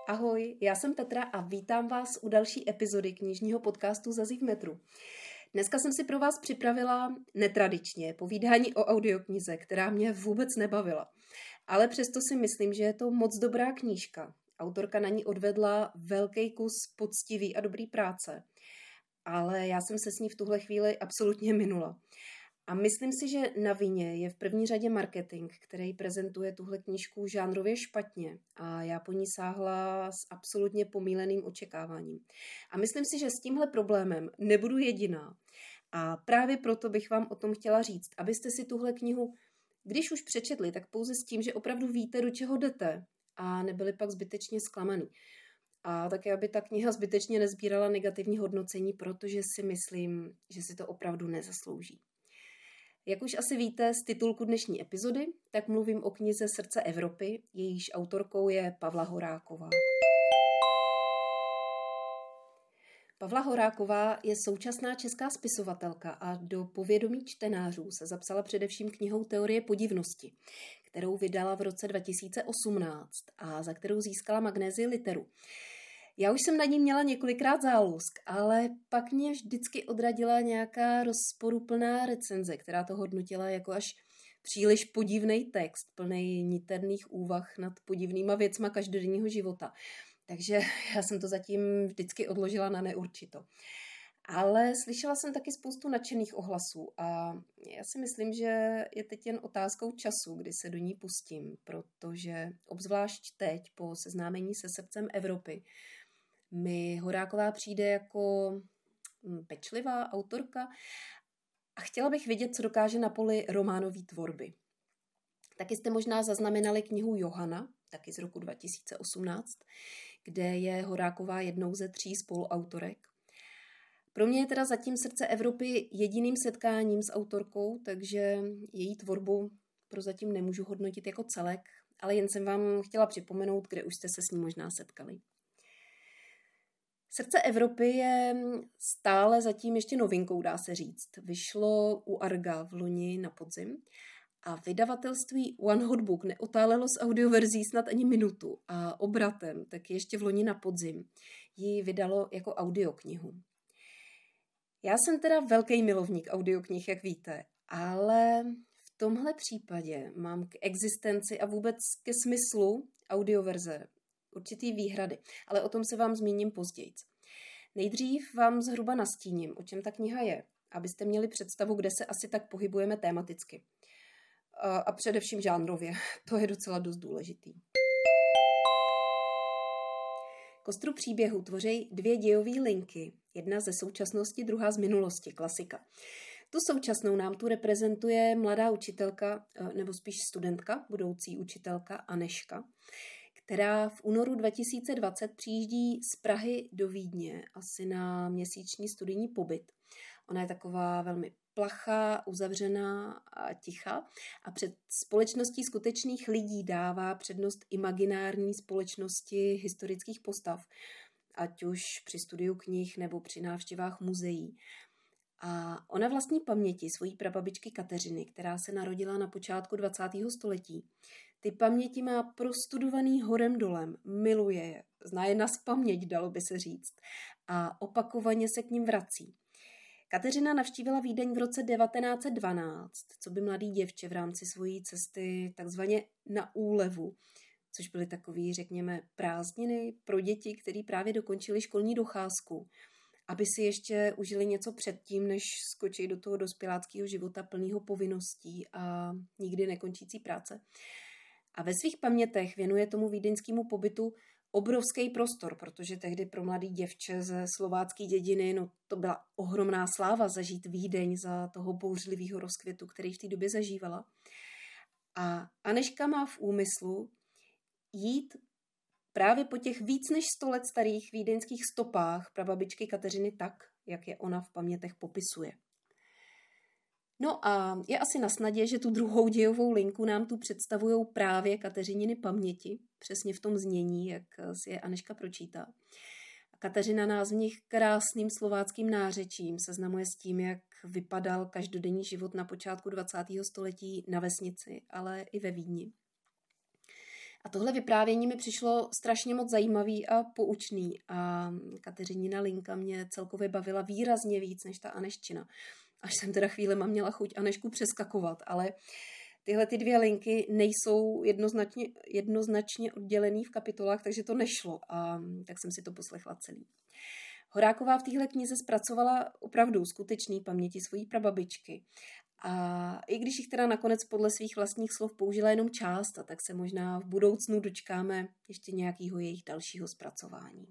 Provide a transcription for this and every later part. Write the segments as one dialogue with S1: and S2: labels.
S1: Ahoj, já jsem Petra a vítám vás u další epizody knižního podcastu Zazí v metru. Dneska jsem si pro vás připravila netradičně povídání o audioknize, která mě vůbec nebavila. Ale přesto si myslím, že je to moc dobrá knížka. Autorka na ní odvedla velký kus poctivý a dobrý práce. Ale já jsem se s ní v tuhle chvíli absolutně minula. A myslím si, že na vině je v první řadě marketing, který prezentuje tuhle knížku žánrově špatně a já po ní sáhla s absolutně pomýleným očekáváním. A myslím si, že s tímhle problémem nebudu jediná. A právě proto bych vám o tom chtěla říct, abyste si tuhle knihu, když už přečetli, tak pouze s tím, že opravdu víte, do čeho jdete a nebyli pak zbytečně zklamaný. A také, aby ta kniha zbytečně nezbírala negativní hodnocení, protože si myslím, že si to opravdu nezaslouží. Jak už asi víte z titulku dnešní epizody, tak mluvím o knize Srdce Evropy, jejíž autorkou je Pavla Horáková. Pavla Horáková je současná česká spisovatelka a do povědomí čtenářů se zapsala především knihou Teorie podivnosti, kterou vydala v roce 2018 a za kterou získala Magnézii Literu. Já už jsem na ní měla několikrát zálusk, ale pak mě vždycky odradila nějaká rozporuplná recenze, která to hodnotila jako až příliš podivný text, plný niterných úvah nad podivnýma věcma každodenního života. Takže já jsem to zatím vždycky odložila na neurčito. Ale slyšela jsem taky spoustu nadšených ohlasů a já si myslím, že je teď jen otázkou času, kdy se do ní pustím, protože obzvlášť teď po seznámení se Srdcem Evropy mi Horáková přijde jako pečlivá autorka a chtěla bych vidět, co dokáže na poli románové tvorby. Taky jste možná zaznamenali knihu Johana, taky z roku 2018, kde je Horáková jednou ze 3 spoluautorek. Pro mě je teda zatím Srdce Evropy jediným setkáním s autorkou, takže její tvorbu prozatím nemůžu hodnotit jako celek, ale jen jsem vám chtěla připomenout, kde už jste se s ní možná setkali. Srdce Evropy je stále zatím ještě novinkou, dá se říct. Vyšlo u Arga v loni na podzim a vydavatelství One Hot Book neotálelo s audioverzí snad ani minutu a obratem, tak ještě v loni na podzim, ji vydalo jako audioknihu. Já jsem teda velký milovník audioknih, jak víte, ale v tomhle případě mám k existenci a vůbec ke smyslu audioverze určitý výhrady, ale o tom se vám zmíním později. Nejdřív vám zhruba nastíním, o čem ta kniha je, abyste měli představu, kde se asi tak pohybujeme tematicky. A především žánrově, to je docela dost důležitý. Kostru příběhu tvoří 2 dějové linky, jedna ze současnosti, druhá z minulosti, klasika. Tu současnou nám tu reprezentuje mladá učitelka, nebo spíš studentka, budoucí učitelka Anežka, která v únoru 2020 přijíždí z Prahy do Vídně asi na měsíční studijní pobyt. Ona je taková velmi plachá, uzavřená a tichá a před společností skutečných lidí dává přednost imaginární společnosti historických postav, ať už při studiu knih nebo při návštěvách muzeí. A ona vlastní paměti svojí prababičky Kateřiny, která se narodila na počátku 20. století. Ty paměti má prostudovaný horem dolem, miluje je, zná je nazpaměť, dalo by se říct, a opakovaně se k ním vrací. Kateřina navštívila Vídeň v roce 1912, co by mladý děvče v rámci svojí cesty takzvaně na úlevu, což byly takový, řekněme, prázdniny pro děti, který právě dokončili školní docházku, aby si ještě užili něco předtím, než skočí do toho dospěláckého života plného povinností a nikdy nekončící práce. A ve svých pamětech věnuje tomu vídeňskému pobytu obrovský prostor, protože tehdy pro mladý děvče ze slovácké dědiny, to byla ohromná sláva zažít Vídeň za toho bouřlivého rozkvětu, který v té době zažívala. A Anežka má v úmyslu jít právě po těch víc než 100 let starých vídeňských stopách prababičky Kateřiny tak, jak je ona v pamětech popisuje. No a je asi na snadě, že tu druhou dějovou linku nám tu představují právě Kateřininy paměti, přesně v tom znění, jak si je Anežka pročítá. Kateřina nás v nich krásným slováckým nářečím seznamuje s tím, jak vypadal každodenní život na počátku 20. století na vesnici, ale i ve Vídni. A tohle vyprávění mi přišlo strašně moc zajímavý a poučný a Kateřinina linka mě celkově bavila výrazně víc než ta Aneščina. Až jsem teda chvílema měla chuť Anešku přeskakovat, ale tyhle ty dvě linky nejsou jednoznačně oddělený v kapitolách, takže to nešlo a tak jsem si to poslechla celý. Horáková v téhle knize zpracovala opravdu skutečný paměti svojí prababičky. A i když jich teda nakonec podle svých vlastních slov použila jenom část, tak se možná v budoucnu dočkáme ještě nějakého jejich dalšího zpracování.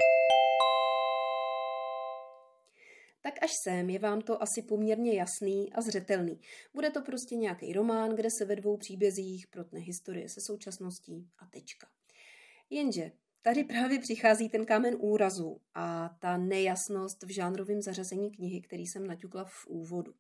S1: Tak až sem je vám to asi poměrně jasný a zřetelný. Bude to prostě nějaký román, kde se ve dvou příbězích protne historie se současností a tečka. Jenže tady právě přichází ten kámen úrazu a ta nejasnost v žánrovém zařazení knihy, který jsem naťukla v úvodu.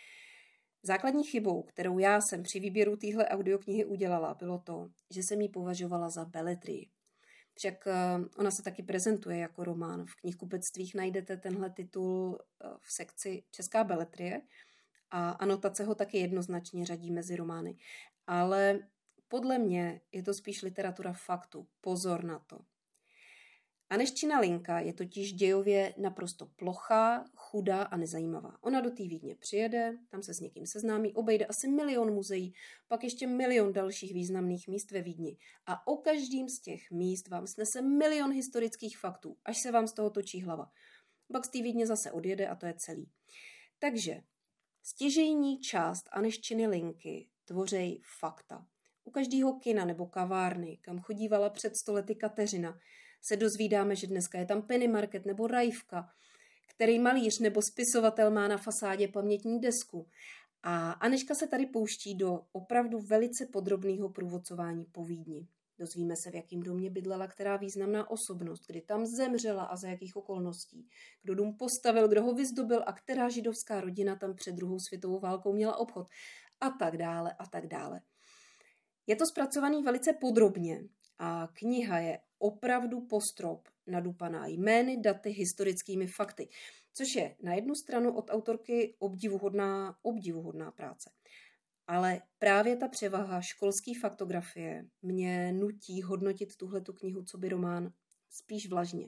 S1: Základní chybou, kterou já jsem při výběru téhle audioknihy udělala, bylo to, že jsem ji považovala za beletrii. Však ona se taky prezentuje jako román. V knihkupectvích najdete tenhle titul v sekci Česká beletrie a anotace ho taky jednoznačně řadí mezi romány. Ale podle mě je to spíš literatura faktu. Pozor na to. Aneščina linka je totiž dějově naprosto plochá, chudá a nezajímavá. Ona do té Vídně přijede, tam se s někým seznámí, obejde asi 1 000 000 muzeí, pak ještě 1 000 000 dalších významných míst ve Vídni. A o každém z těch míst vám snese 1 000 000 historických faktů, až se vám z toho točí hlava. Pak z té Vídně zase odjede a to je celý. Takže stěžejní část Aneščiny linky tvoří fakta. U každého kina nebo kavárny, kam chodívala před 100 lety Kateřina, se dozvídáme, že dneska je tam Penny Market nebo Rajvka, který malíř nebo spisovatel má na fasádě pamětní desku. A Aneška se tady pouští do opravdu velice podrobného průvodcování po Vídni. Dozvíme se, v jakém domě bydlela která významná osobnost, kdy tam zemřela a za jakých okolností, kdo dům postavil, kdo ho vyzdobil a která židovská rodina tam před druhou světovou válkou měla obchod a tak dále a tak dále. Je to zpracovaný velice podrobně a kniha je opravdu po strop nadupaná jmény, daty, historickými fakty, což je na jednu stranu od autorky obdivuhodná práce. Ale právě ta převaha školské faktografie mě nutí hodnotit tuhletu knihu coby román spíš vlažně.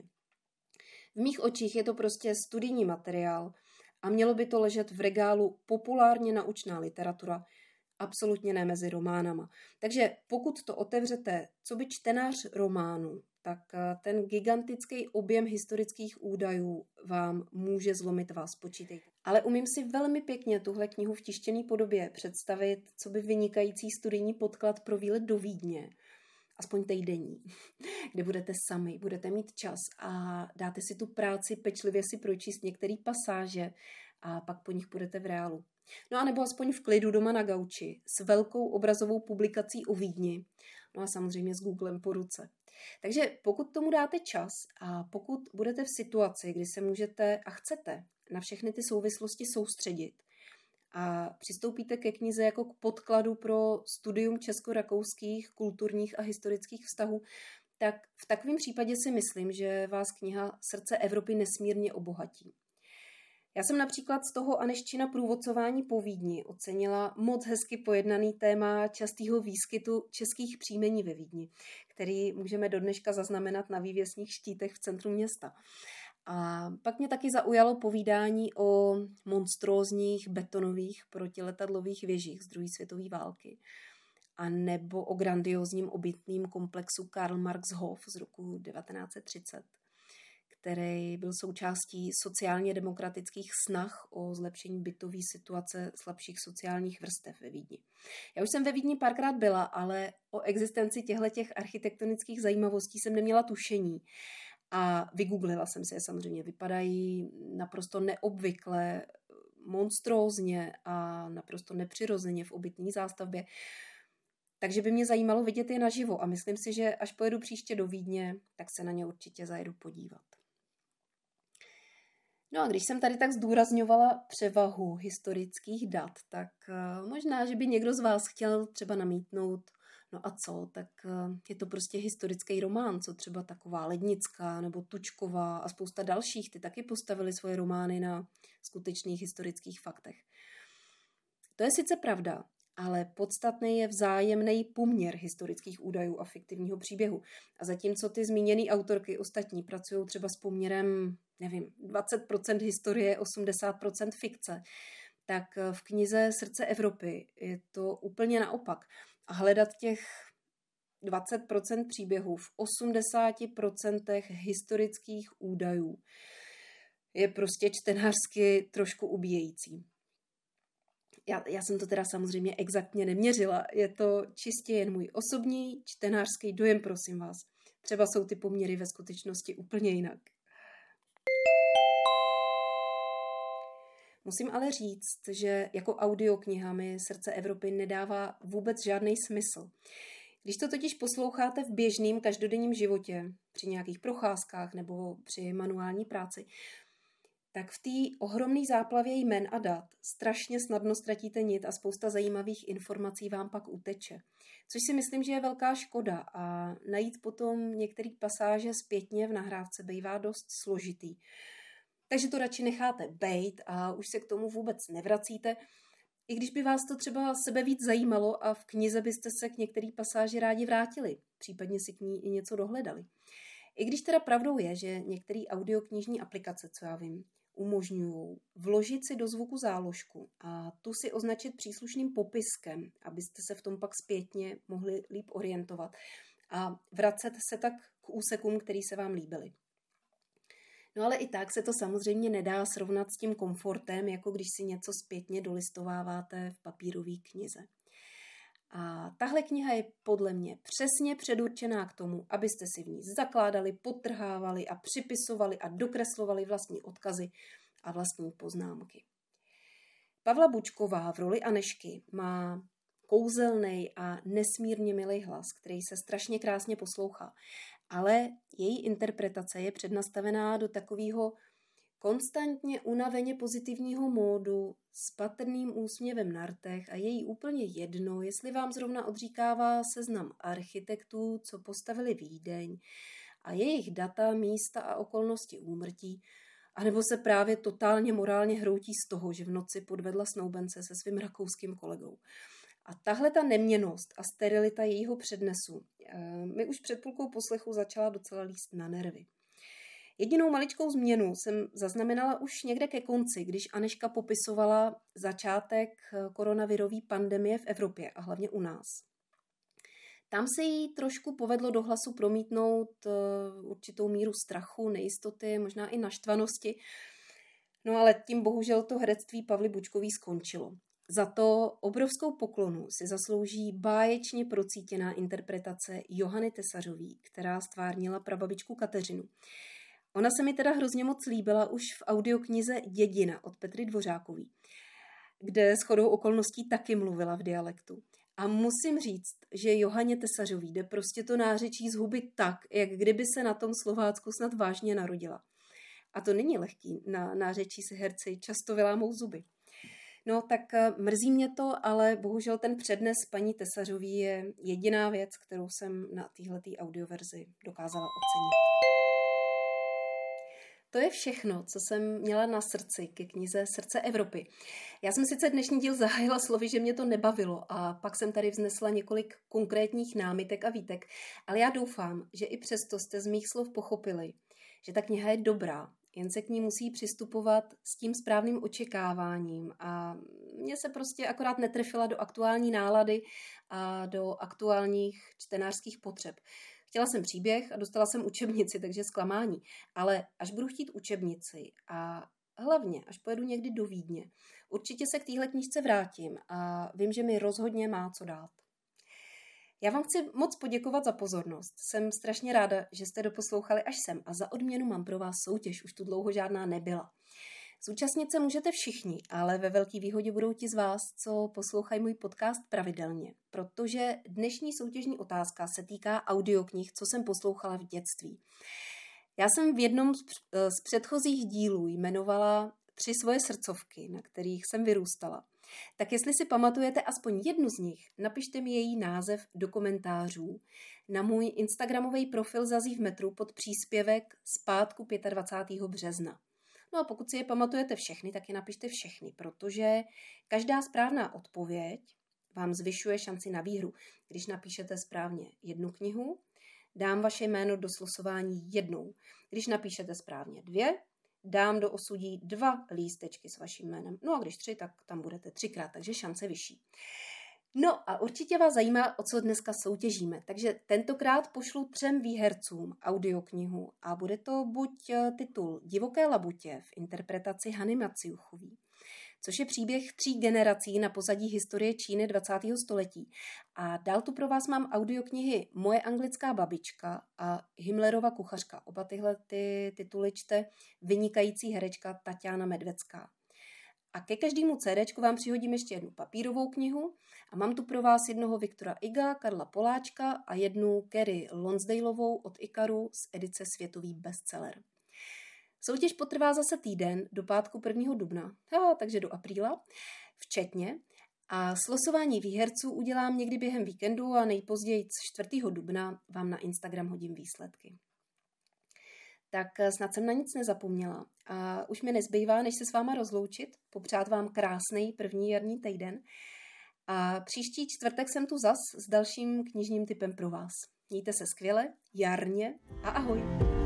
S1: V mých očích je to prostě studijní materiál a mělo by to ležet v regálu populárně naučná literatura, absolutně ne mezi románama. Takže pokud to otevřete coby čtenář románu, tak ten gigantický objem historických údajů vám může zlomit vás, počítejte. Ale umím si velmi pěkně tuhle knihu v tištěné podobě představit coby vynikající studijní podklad pro výlet do Vídně, aspoň týdenní, kde budete sami, budete mít čas a dáte si tu práci pečlivě si pročíst některé pasáže a pak po nich budete v reálu. No a nebo aspoň v klidu doma na gauči s velkou obrazovou publikací o Vídni, no a samozřejmě s Googlem po ruce. Takže pokud tomu dáte čas a pokud budete v situaci, kdy se můžete a chcete na všechny ty souvislosti soustředit a přistoupíte ke knize jako k podkladu pro studium česko-rakouských kulturních a historických vztahů, tak v takovém případě si myslím, že vás kniha Srdce Evropy nesmírně obohatí. Já jsem například z toho Aneščina průvodcování po Vídni ocenila moc hezky pojednaný téma častého výskytu českých příjmení ve Vídni, který můžeme do dneška zaznamenat na vývěsních štítech v centru města. A pak mě taky zaujalo povídání o monstrózních betonových protiletadlových věžích z druhé světové války a nebo o grandiózním obytném komplexu Karl Marx Hof z roku 1930. Který byl součástí sociálně demokratických snah o zlepšení bytové situace slabších sociálních vrstev ve Vídni. Já už jsem ve Vídni párkrát byla, ale o existenci těchto architektonických zajímavostí jsem neměla tušení. A vygooglila jsem si je samozřejmě. Vypadají naprosto neobvykle, monstrózně a naprosto nepřirozeně v obytné zástavbě. Takže by mě zajímalo vidět je naživo a myslím si, že až pojedu příště do Vídně, tak se na ně určitě zajedu podívat. No a když jsem tady tak zdůrazňovala převahu historických dat, tak možná, že by někdo z vás chtěl třeba namítnout, no a co, tak je to prostě historický román, co třeba taková Lednická nebo Tučková a spousta dalších, ty taky postavili svoje romány na skutečných historických faktech. To je sice pravda, ale podstatný je vzájemný poměr historických údajů a fiktivního příběhu. A zatímco ty zmíněné autorky ostatní pracují třeba s poměrem, nevím, 20% historie, 80% fikce, tak v knize Srdce Evropy je to úplně naopak. A hledat těch 20% příběhů v 80% historických údajů je prostě čtenářsky trošku ubíjející. Já jsem to teda samozřejmě exaktně neměřila, je to čistě jen můj osobní čtenářský dojem, prosím vás. Třeba jsou ty poměry ve skutečnosti úplně jinak. Musím ale říct, že jako audiokniha mi Srdce Evropy nedává vůbec žádný smysl. Když to totiž posloucháte v běžném každodenním životě, při nějakých procházkách nebo při manuální práci, tak v té ohromné záplavě jmen a dat strašně snadno ztratíte nit a spousta zajímavých informací vám pak uteče. Což si myslím, že je velká škoda a najít potom některé pasáže zpětně v nahrávce bývá dost složitý. Takže to radši necháte bejt a už se k tomu vůbec nevracíte, i když by vás to třeba sebe víc zajímalo a v knize byste se k některé pasáži rádi vrátili, případně si k ní i něco dohledali. I když teda pravdou je, že některé audioknižní aplikace, co já vím, umožňují vložit si do zvuku záložku a tu si označit příslušným popiskem, abyste se v tom pak zpětně mohli líp orientovat a vracet se tak k úsekům, který se vám líbily. No ale i tak se to samozřejmě nedá srovnat s tím komfortem, jako když si něco zpětně dolistováváte v papírové knize. A tahle kniha je podle mě přesně předurčená k tomu, abyste si v ní zakládali, podtrhávali a připisovali a dokreslovali vlastní odkazy a vlastní poznámky. Pavla Bučková v roli Anežky má kouzelný a nesmírně milý hlas, který se strašně krásně poslouchá, ale její interpretace je přednastavená do takového konstantně unaveně pozitivního módu s patrným úsměvem na rtech a je jí úplně jedno, jestli vám zrovna odříkává seznam architektů, co postavili Vídeň a jejich data, místa a okolnosti úmrtí, anebo se právě totálně morálně hroutí z toho, že v noci podvedla snoubence se svým rakouským kolegou. A tahle ta neměnnost a sterilita jejího přednesu mi už před půlkou poslechu začala docela líst na nervy. Jedinou maličkou změnu jsem zaznamenala už někde ke konci, když Anežka popisovala začátek koronavirové pandemie v Evropě a hlavně u nás. Tam se jí trošku povedlo do hlasu promítnout určitou míru strachu, nejistoty, možná i naštvanosti. No ale tím bohužel to herectví Pavly Bučkový skončilo. Za to obrovskou poklonu si zaslouží báječně procítěná interpretace Johany Tesařový, která stvárnila prababičku Kateřinu. Ona se mi teda hrozně moc líbila už v audioknize Dědina od Petry Dvořákový, kde shodou okolností taky mluvila v dialektu. A musím říct, že Johaně Tesařový jde prostě to nářečí zhubit tak, jak kdyby se na tom Slovácku snad vážně narodila. A to není lehký, na nářečí si herci často vylámou zuby. No tak mrzí mě to, ale bohužel ten přednes paní Tesařový je jediná věc, kterou jsem na téhleté audioverzi dokázala ocenit. To je všechno, co jsem měla na srdci ke knize Srdce Evropy. Já jsem sice dnešní díl zahájila slovy, že mě to nebavilo a pak jsem tady vznesla několik konkrétních námitek a výtek, ale já doufám, že i přesto jste z mých slov pochopili, že ta kniha je dobrá, jen se k ní musí přistupovat s tím správným očekáváním a mně se prostě akorát netrefila do aktuální nálady a do aktuálních čtenářských potřeb. Chtěla jsem příběh a dostala jsem učebnici, takže zklamání. Ale až budu chtít učebnici a hlavně, až pojedu někdy do Vídně, určitě se k téhle knížce vrátím a vím, že mi rozhodně má co dát. Já vám chci moc poděkovat za pozornost. Jsem strašně ráda, že jste doposlouchali až sem a za odměnu mám pro vás soutěž, už tu dlouho žádná nebyla. Zúčastnit se můžete všichni, ale ve velké výhodě budou ti z vás, co poslouchají můj podcast pravidelně, protože dnešní soutěžní otázka se týká audioknih, co jsem poslouchala v dětství. Já jsem v jednom z předchozích dílů jmenovala 3 svoje srdcovky, na kterých jsem vyrůstala. Tak jestli si pamatujete aspoň jednu z nich, napište mi její název do komentářů na můj instagramový profil Zazí v metru pod příspěvek z pátku 25. března. No a pokud si je pamatujete všechny, tak je napište všechny, protože každá správná odpověď vám zvyšuje šanci na výhru. Když napíšete správně 1 knihu, dám vaše jméno do slosování 1. Když napíšete správně 2, dám do osudí 2 lístečky s vaším jménem. No a když 3, tak tam budete 3krát, takže šance vyšší. No a určitě vás zajímá, o co dneska soutěžíme. Takže tentokrát pošlu 3 výhercům audioknihu a bude to buď titul Divoké labutě v interpretaci Hany Maciuchové, což je příběh 3 generací na pozadí historie Číny 20. století. A dál tu pro vás mám audioknihy Moje anglická babička a Himmlerova kuchařka. Oba tyhle tituly čte vynikající herečka Tatiana Medvecká. A ke každému CDčku vám přihodím ještě 1 papírovou knihu a mám tu pro vás jednoho Viktora Iga, Karla Poláčka a 1 Carrie Lonsdaleovou od Ikaru z edice Světový bestseller. Soutěž potrvá zase týden do pátku 1. dubna, takže do apríla, včetně. A slosování výherců udělám někdy během víkendu a nejpozději 4. dubna vám na Instagram hodím výsledky. Tak snad jsem na nic nezapomněla. A už mi nezbývá, než se s váma rozloučit, popřát vám krásný první jarní týden. A příští čtvrtek jsem tu zas s dalším knižním tipem pro vás. Mějte se skvěle, jarně a ahoj!